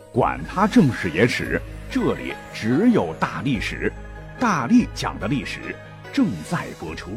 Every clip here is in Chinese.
管他正史野史，这里只有大历史，大力讲的历史正在播出。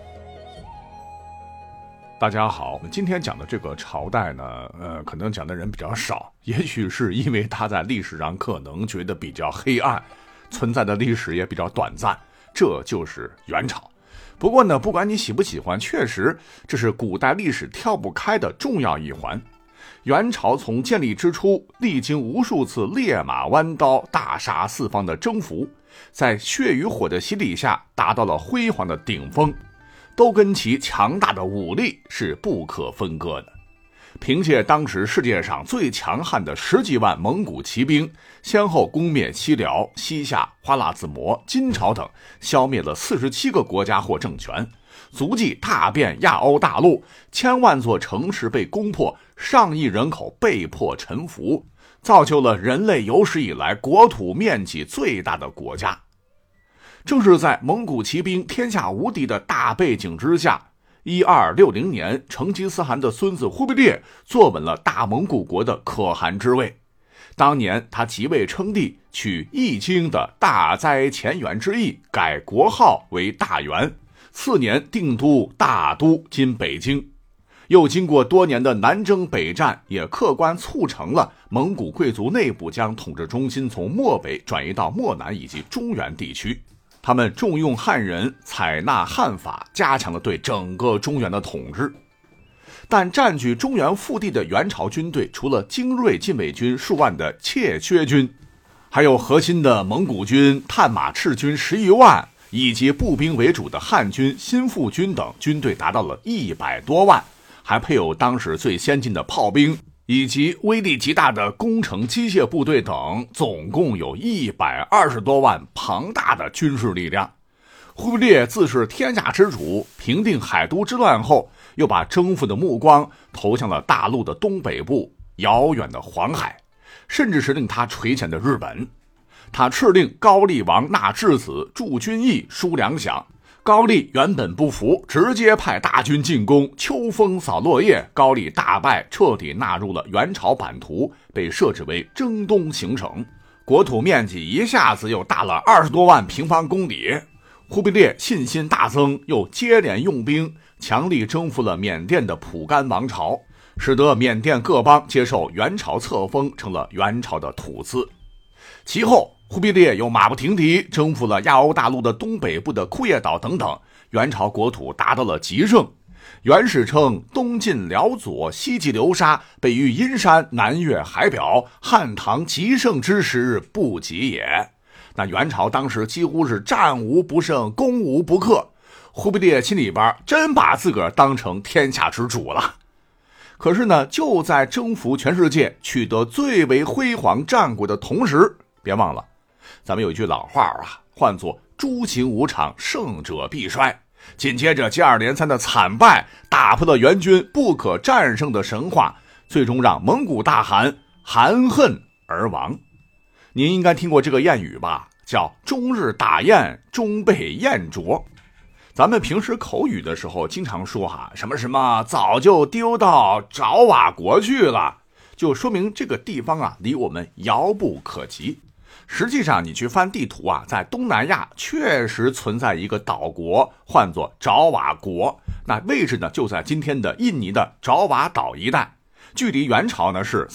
大家好，我们今天讲的这个朝代呢，可能讲的人比较少，也许是因为他在历史上可能觉得比较黑暗，存在的历史也比较短暂，这就是元朝。不过呢，不管你喜不喜欢，确实这是古代历史跳不开的重要一环。元朝从建立之初，历经无数次烈马弯刀、大杀四方的征服，在血与火的洗礼下达到了辉煌的顶峰，都跟其强大的武力是不可分割的。凭借当时世界上最强悍的10几万蒙古骑兵，先后攻灭西辽、西夏、花剌子模、金朝等，消灭了47个国家或政权，足迹踏遍亚欧大陆，千万座城市被攻破，上亿人口被迫臣服，造就了人类有史以来国土面积最大的国家。正是在蒙古骑兵天下无敌的大背景之下，1260年，成吉思汗的孙子忽必烈坐稳了大蒙古国的可汗之位。当年他即位称帝，取易经的大灾前元之意，改国号为大元。次年定都大都，今北京。又经过多年的南征北战，也客观促成了蒙古贵族内部将统治中心从漠北转移到漠南以及中原地区。他们重用汉人，采纳汉法，加强了对整个中原的统治。但占据中原腹地的元朝军队，除了精锐禁卫军数万的怯薛军，还有核心的蒙古军、探马赤军10余万，以及步兵为主的汉军、新附军等军队达到了100多万，还配有当时最先进的炮兵以及威力极大的工程机械部队等，总共有120多万庞大的军事力量。忽必烈自是天下之主，平定海都之乱后，又把征服的目光投向了大陆的东北部、遥远的黄海，甚至是令他垂涎的日本。他敕令高丽王纳质子驻军役输粮饷，高丽原本不服，直接派大军进攻，秋风扫落叶，高丽大败，彻底纳入了元朝版图，被设置为征东行省，国土面积一下子又大了20多万平方公里。忽必烈信心大增，又接连用兵，强力征服了缅甸的蒲甘王朝，使得缅甸各邦接受元朝册封，成了元朝的土司。其后忽必烈又马不停蹄征服了亚欧大陆的东北部的库页岛等等，元朝国土达到了极盛。元史称东晋辽左，西击流沙，北逾阴山，南越海表，汉唐极盛之时不及也。那元朝当时几乎是战无不胜，攻无不克，忽必烈心里边真把自个儿当成天下之主了。可是呢，就在征服全世界、取得最为辉煌战果的同时，别忘了咱们有一句老话啊，唤作诸行无常，胜者必衰。紧接着接二连三的惨败，打破了元军不可战胜的神话，最终让蒙古大汗含恨而亡。您应该听过这个谚语吧，叫终日打雁，终被雁啄。咱们平时口语的时候经常说什么什么早就丢到爪哇国去了，就说明这个地方离我们遥不可及。实际上你去翻地图在东南亚确实存在一个岛国，唤作爪哇国，那位置呢就在今天的印尼的爪哇岛一带，距离元朝呢是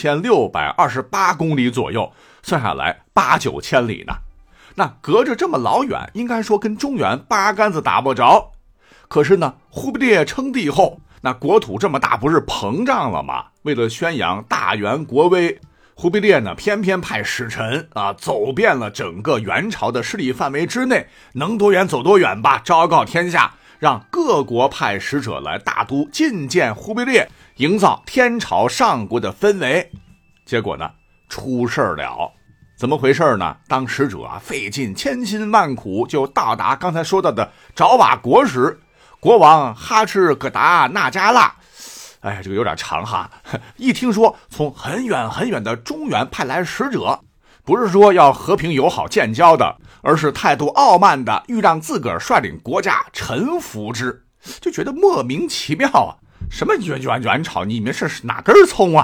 4628公里左右，算下来8、9千里呢。那隔着这么老远，应该说跟中原八竿子打不着。可是呢，忽必烈称帝后，那国土这么大，不是膨胀了吗？为了宣扬大元国威，忽必烈呢偏偏派使臣走遍了整个元朝的势力范围之内，能多远走多远吧，昭告天下，让各国派使者来大都觐见忽必烈，营造天朝上国的氛围。结果呢，出事了。怎么回事呢？当使者费尽千辛万苦就到达刚才说到的爪哇国时，国王哈赤格达纳加拉，这个有点长一听说从很远很远的中原派来使者，不是说要和平友好建交的，而是态度傲慢的欲让自个儿率领国家臣服之，就觉得莫名其妙什么元朝，你们是哪根葱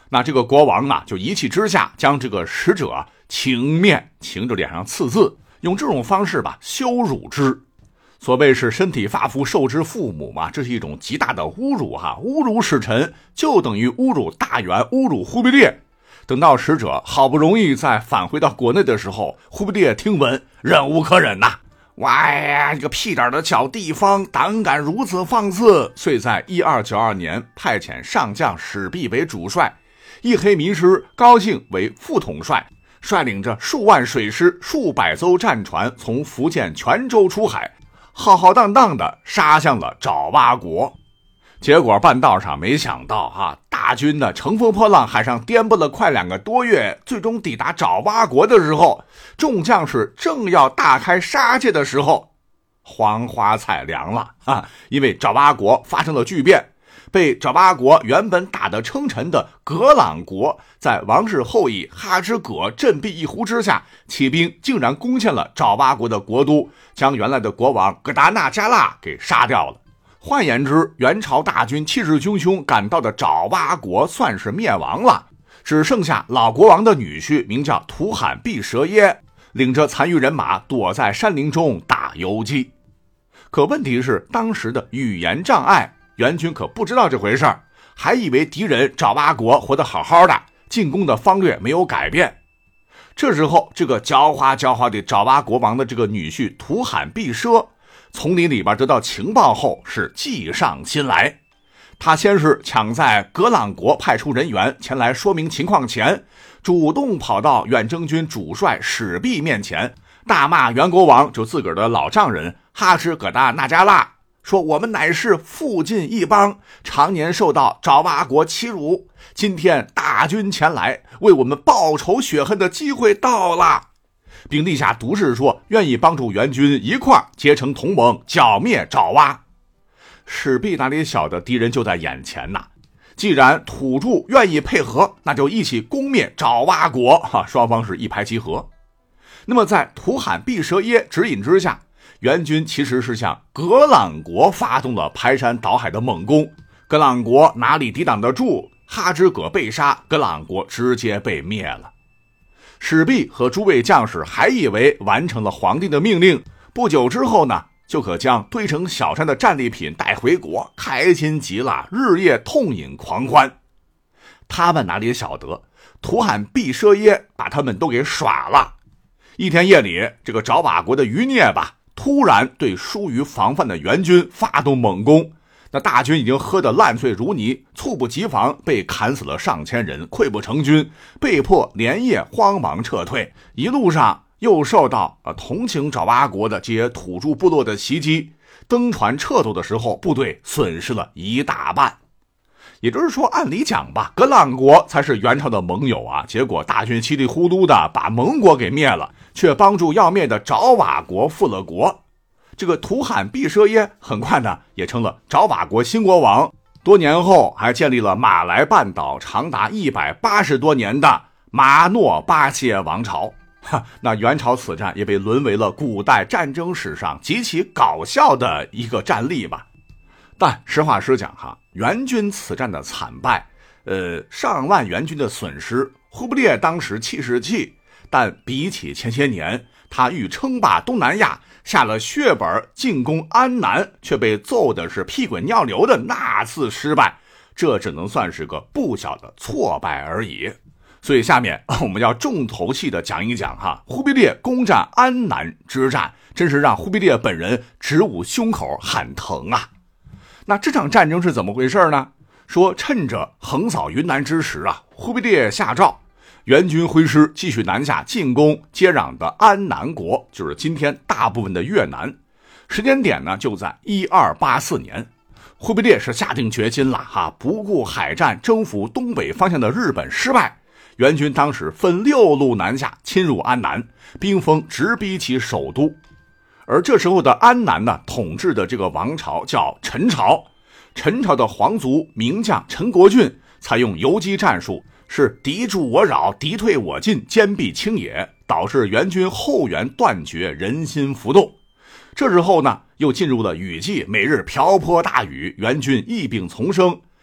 那这个国王呢，就一气之下将这个使者请面，请着脸上刺字，用这种方式吧羞辱之。所谓是身体发肤受之父母嘛，这是一种极大的侮辱哈，侮辱使臣就等于侮辱大元，侮辱忽必烈。等到使者好不容易再返回到国内的时候，忽必烈听闻，忍无可忍呐！哇呀，这个屁点的小地方胆敢如此放肆，遂在1292年派遣上将史弼为主帅，一黑迷失高兴为副统帅，率领着数万水师、数百艘战船从福建泉州出海，浩浩荡荡地杀向了爪哇国。结果半道上没想到大军呢乘风破浪海上颠簸了快2个多月，最终抵达爪哇国的时候，众将士正要大开杀戒的时候，黄花菜凉了因为爪哇国发生了巨变，被爪哇国原本打得称臣的格朗国，在王室后裔哈之葛振臂一呼之下，起兵竟然攻陷了爪哇国的国都，将原来的国王格达纳加腊给杀掉了。换言之，元朝大军气势汹汹赶到的爪哇国算是灭亡了，只剩下老国王的女婿名叫图罕毕舌耶，领着残余人马躲在山林中打游击。可问题是当时的语言障碍，元军可不知道这回事儿，还以为敌人爪哇国活得好好的，进攻的方略没有改变。这时候这个狡猾的爪哇国王的这个女婿图罕毕舌从林里边得到情报后是计上心来，他先是抢在格朗国派出人员前来说明情况前，主动跑到远征军主帅史弼面前，大骂元国王就自个儿的老丈人哈之葛达纳加腊，说我们乃是附近一邦，常年受到爪哇国欺辱，今天大军前来，为我们报仇雪恨的机会到了，并立下毒誓说愿意帮助元军一块结成同盟，剿灭爪哇。史弼哪里晓得敌人就在眼前呐，既然土著愿意配合，那就一起攻灭爪哇国双方是一拍即合。那么在图罕毕舌耶指引之下，元军其实是向格朗国发动了排山倒海的猛攻，格朗国哪里抵挡得住，哈之葛被杀，格朗国直接被灭了。史弼和诸位将士还以为完成了皇帝的命令，不久之后呢，就可将堆成小山的战利品带回国，开心极了，日夜痛饮狂欢。他们哪里晓得图罕毕舌耶把他们都给耍了。一天夜里，这个爪哇国的余孽吧，突然对疏于防范的元军发动猛攻，那大军已经喝得烂醉如泥，猝不及防被砍死了上千人，溃不成军，被迫连夜慌忙撤退。一路上又受到同情爪哇国的这些土著部落的袭击，登船撤走的时候，部队损失了一大半。也就是说，按理讲吧，格朗国才是元朝的盟友结果大军稀里糊涂的把盟国给灭了，却帮助要灭的爪哇国复了国。这个图罕毕舌耶很快呢也成了爪哇国新国王，多年后还建立了马来半岛长达180多年的马诺巴谢王朝。那元朝此战也被沦为了古代战争史上极其搞笑的一个战例吧。但实话实讲元军此战的惨败，上万元军的损失，忽必烈当时气是气，但比起前些年他欲称霸东南亚，下了血本进攻安南，却被揍的是屁滚尿流的那次失败，这只能算是个不小的挫败而已。所以下面我们要重头戏的讲一讲忽必烈攻占安南之战，真是让忽必烈本人直捂胸口喊疼啊。那这场战争是怎么回事呢？说趁着横扫云南之时忽必烈下诏，元军挥师继续南下进攻接壤的安南国，就是今天大部分的越南。时间点呢就在1284年。忽必烈是下定决心了不顾海战征服东北方向的日本失败，元军当时分6路南下侵入安南，兵锋直逼其首都。而这时候的安南呢，统治的这个王朝叫陈朝，陈朝的皇族名将陈国俊采用游击战术，是敌驻我扰，敌退我进，坚壁清野，导致元军后援断绝，人心浮动。这之后呢，又进入了雨季，每日瓢泼大雨，元军疫病丛生。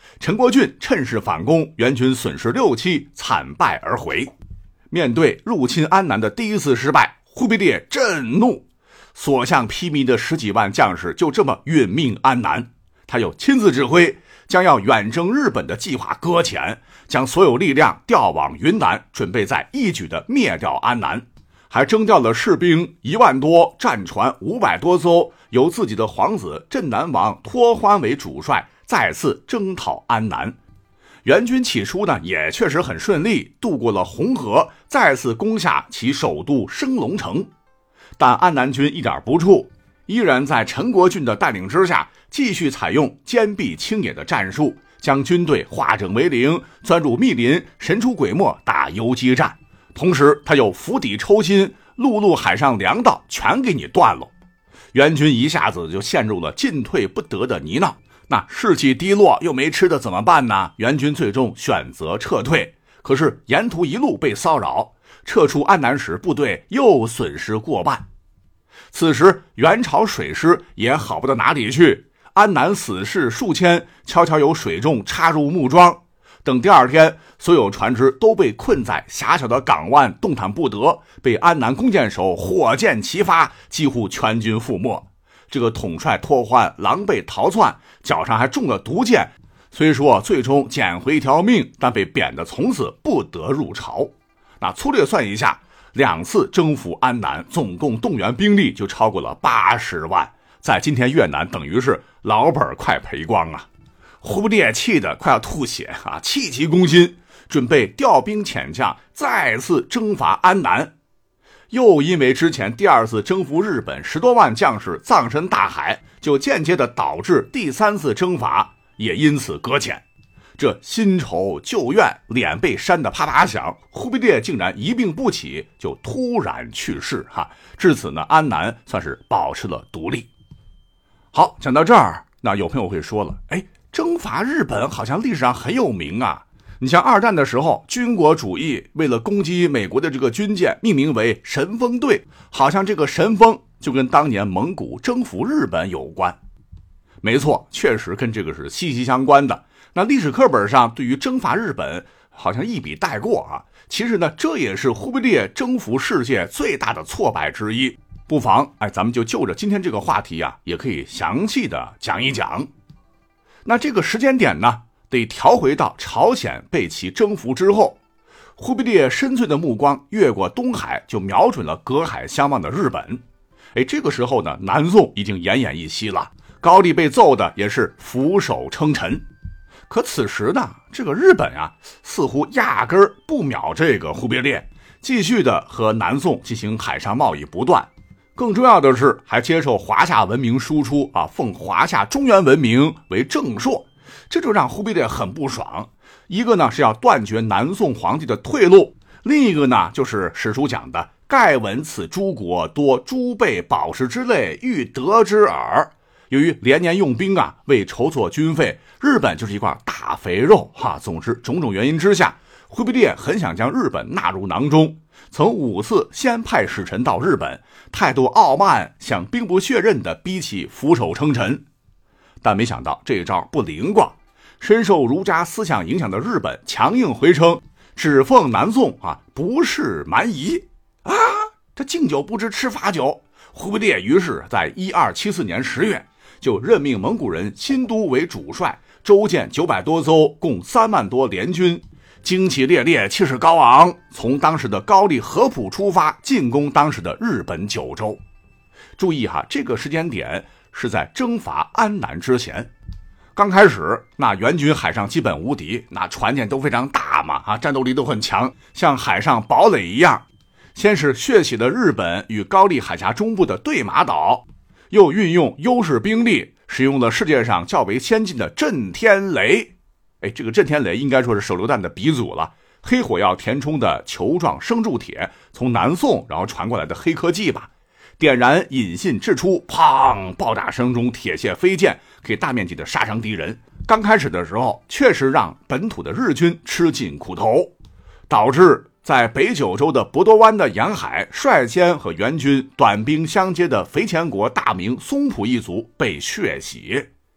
陈国俊趁势反攻，援军损失6期，惨败而回。面对入侵安南的第一次失败，忽必烈震怒，所向披靡的10几万将士就这么殒命安南。他又亲自指挥将要远征日本的计划搁浅，将所有力量调往云南，准备在一举的灭掉安南，还征调了士兵1万多，战船500多艘，由自己的皇子镇南王托欢为主帅，再次征讨安南。援军起初呢也确实很顺利，渡过了红河，再次攻下其首都升龙城。但安南军一点不怵，依然在陈国俊的带领之下，继续采用坚壁清野的战术，将军队化整为零，钻入密林，神出鬼没，打游击战。同时他又釜底抽薪，陆路海上粮道全给你断了。援军一下子就陷入了进退不得的泥淖。那士气低落，又没吃的怎么办呢？援军最终选择撤退，可是沿途一路被骚扰，撤出安南时部队又损失过半。此时元朝水师也好不到哪里去，安南死士数千，悄悄由水众插入木桩。等第二天，所有船只都被困在狭小的港湾，动弹不得，被安南弓箭手火箭齐发，几乎全军覆没。这个统帅托欢狼狈逃窜，脚上还中了毒箭，虽说最终捡回一条命，但被贬得从此不得入朝。那粗略算一下，2次征服安南，总共动员兵力就超过了80万，在今天越南等于是老本快赔光啊！忽必烈气得快要吐血啊，气急攻心，准备调兵遣将，再次征伐安南。又因为之前第2次征服日本10多万将士葬身大海，就间接的导致第3次征伐也因此搁浅。这新仇旧怨脸被扇得啪啪响，忽必烈竟然一病不起，就突然去世至此呢，安南算是保持了独立。好，讲到这儿，那有朋友会说了，征伐日本好像历史上很有名啊。你像2战的时候，军国主义为了攻击美国的这个军舰，命名为神风队，好像这个神风就跟当年蒙古征服日本有关。没错，确实跟这个是息息相关的。那历史课本上对于征伐日本好像一笔带过啊。其实呢，这也是忽必烈征服世界最大的挫败之一。不妨咱们就就着今天这个话题也可以详细的讲一讲。那这个时间点呢，得调回到朝鲜被其征服之后。忽必烈深邃的目光越过东海，就瞄准了隔海相望的日本。这个时候呢，南宋已经奄奄一息了，高丽被揍的也是俯首称臣。可此时呢，这个日本似乎压根儿不秒这个忽必烈，继续的和南宋进行海上贸易不断。更重要的是，还接受华夏文明输出奉华夏中原文明为正朔，这就让忽必烈很不爽。一个呢是要断绝南宋皇帝的退路，另一个呢就是史书讲的盖闻此诸国多诸备宝石之类，欲得之耳。由于连年用兵为筹措军费，日本就是一块大肥肉总之种种原因之下，忽必烈很想将日本纳入囊中，曾5次先派使臣到日本，态度傲慢，想兵不血刃地逼其俯首称臣。但没想到这一招不灵光，深受儒家思想影响的日本强硬回称，只奉南宋不是蛮夷这敬酒不知吃罚酒。忽必烈于是在1274年10月就任命蒙古人新都为主帅，舟舰900多艘，共3万多联军，旌旗猎猎，气势高昂，从当时的高丽合浦出发，进攻当时的日本九州。注意这个时间点是在征伐安南之前。刚开始那援军海上基本无敌，那船舰都非常大嘛战斗力都很强，像海上堡垒一样。先是血洗了日本与高丽海峡中部的对马岛，又运用优势兵力，使用了世界上较为先进的震天雷。这个震天雷应该说是手榴弹的鼻祖了，黑火药填充的球状生铸铁，从南宋然后传过来的黑科技吧。点燃引信掷出，砰，爆炸声中铁屑飞溅，可以大面积的杀伤敌人。刚开始的时候确实让本土的日军吃尽苦头，导致在北九州的博多湾的沿海率先和援军短兵相接的肥前国大名松浦一族被血洗。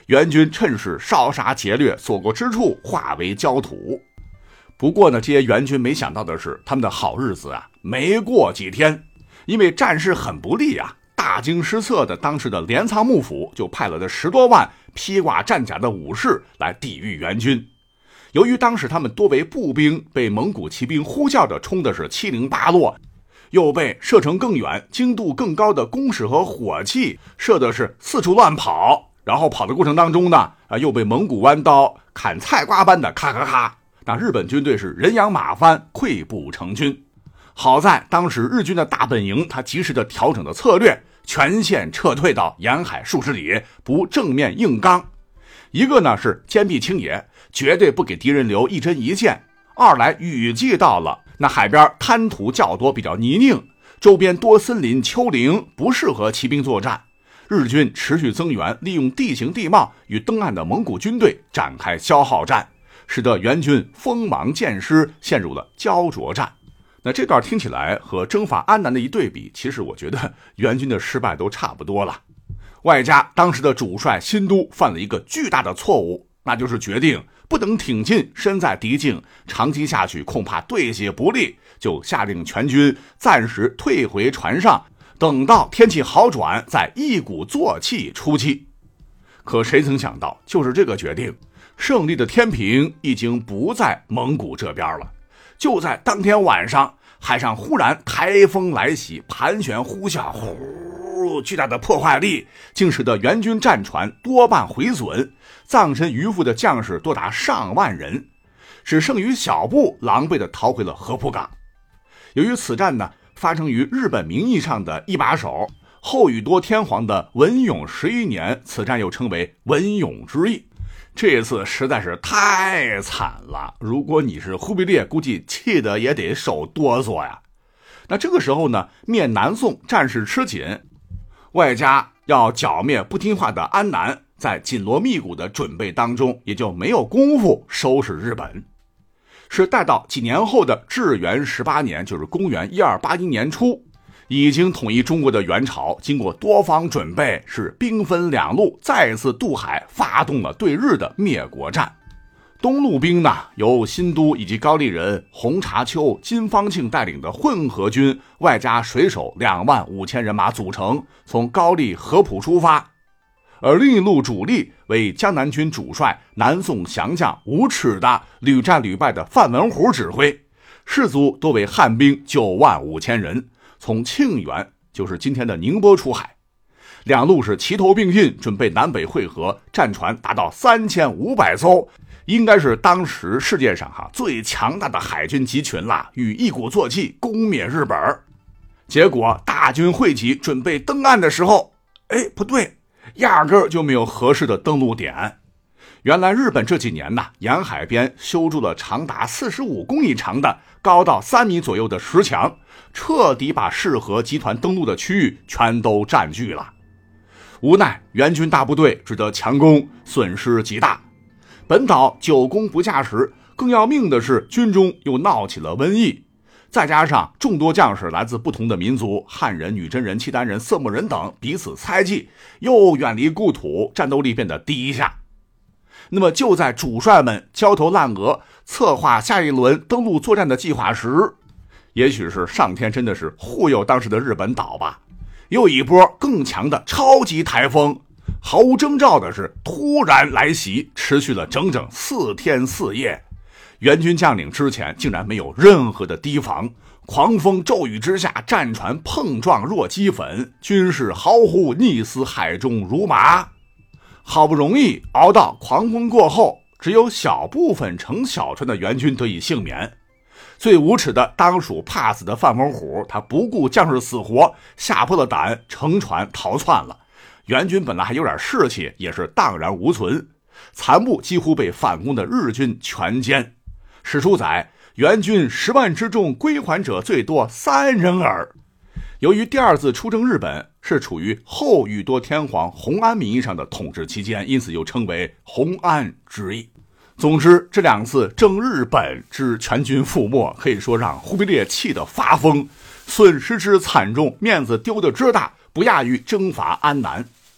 援军趁势烧杀劫掠，所过之处化为焦土。不过呢，这些援军没想到的是，他们的好日子啊，没过几天，因为战事很不利啊，大惊失色的当时的镰仓幕府就派了10多万披挂战甲的武士来抵御援军。由于当时他们多为步兵，被蒙古骑兵呼啸着冲的是七零八落，又被射程更远、精度更高的弓矢和火器射的是四处乱跑，然后跑的过程当中呢，又被蒙古弯刀砍菜瓜般的咔咔咔，那日本军队是人仰马翻，溃不成军。好在当时日军的大本营，他及时的调整了策略，全线撤退到沿海数十里，不正面硬刚。一个呢是坚壁清野，绝对不给敌人留一针一线；二来雨季到了，那海边滩涂较多，比较泥泞，周边多森林丘陵，不适合骑兵作战。日军持续增援，利用地形地貌与登岸的蒙古军队展开消耗战，使得援军锋芒渐失，陷入了焦灼战。那这段听起来和征伐安南的一对比，其实我觉得援军的失败都差不多了。外加当时的主帅新都犯了一个巨大的错误，那就是决定不等挺进，身在敌境，长期下去恐怕对写不利，就下令全军暂时退回船上，等到天气好转再一鼓作气出击。可谁曾想到，就是这个决定，胜利的天平已经不在蒙古这边了。就在当天晚上，海上忽然台风来袭，盘旋呼啸，巨大的破坏力竟使得援军战船多半毁损，葬身鱼腹的将士多达上万人，只剩余小部狼狈地逃回了合浦港。由于此战呢，发生于日本名义上的一把手后宇多天皇的文永11年，此战又称为文永之役。这次实在是太惨了，如果你是忽必烈，估计气得也得手哆嗦呀。那这个时候呢，灭南宋战事吃紧，外加要剿灭不听话的安南，在紧锣密鼓的准备当中，也就没有功夫收拾日本。是待到几年后的至元18年，就是公元1281年初，已经统一中国的元朝，经过多方准备，是兵分两路，再次渡海，发动了对日的灭国战。东路兵呢，由新都以及高丽人洪察丘、金方庆带领的混合军，外加水手25000人马组成，从高丽合浦出发。而另一路主力为江南军主帅南宋降将无耻的屡战屡败的范文虎指挥，士卒多为汉兵95000人，从庆元，就是今天的宁波出海。两路是齐头并进，准备南北会合，战船达到3500艘，应该是当时世界上最强大的海军集群了，欲一鼓作气攻灭日本。结果大军汇集准备登岸的时候，不对，压根儿就没有合适的登陆点。原来日本这几年呢，沿海边修筑了长达45公里长的高到3米左右的石墙，彻底把适合集团登陆的区域全都占据了。无奈援军大部队只得强攻，损失极大。本岛久攻不下时，更要命的是军中又闹起了瘟疫，再加上众多将士来自不同的民族，汉人、女真人、契丹人、色目人等彼此猜忌，又远离故土，战斗力变得低下。那么就在主帅们焦头烂额策划下一轮登陆作战的计划时，也许是上天真的是忽悠当时的日本岛吧，又一波更强的超级台风毫无征兆的是突然来袭，持续了整整4天4夜。援军将领之前竟然没有任何的提防，狂风骤雨之下，战船碰撞若齑粉，军士嚎呼溺死海中如麻。好不容易熬到狂风过后，只有小部分乘小船的援军得以幸免。最无耻的当属怕死的范文虎，他不顾将士死活，吓破了胆，乘船逃窜了。援军本来还有点士气，也是荡然无存，残部几乎被反攻的日军全歼。史书载，援军10万之众，归还者最多3人耳。由于第二次出征日本是处于后宇多天皇弘安名义上的统治期间，因此又称为弘安之役。总之，这2次征日本之全军覆没，可以说让忽必烈气得发疯，损失之惨重，面子丢得之大，不亚于征伐安南。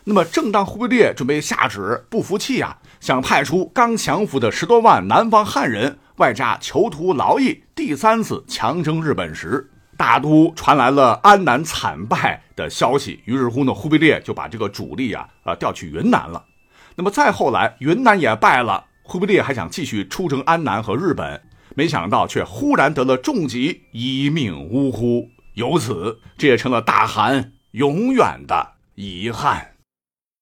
那么正当忽必烈准备下旨不服气啊，想派出刚降服的10多万南方汉人，外加囚徒劳役，第3次强征日本时，大都传来了安南惨败的消息。于是乎呢，忽必烈就把这个主力调去云南了。那么再后来云南也败了，忽必烈还想继续出征安南和日本，没想到却忽然得了重疾，一命呜呼。由此这也成了大汗永远的遗憾。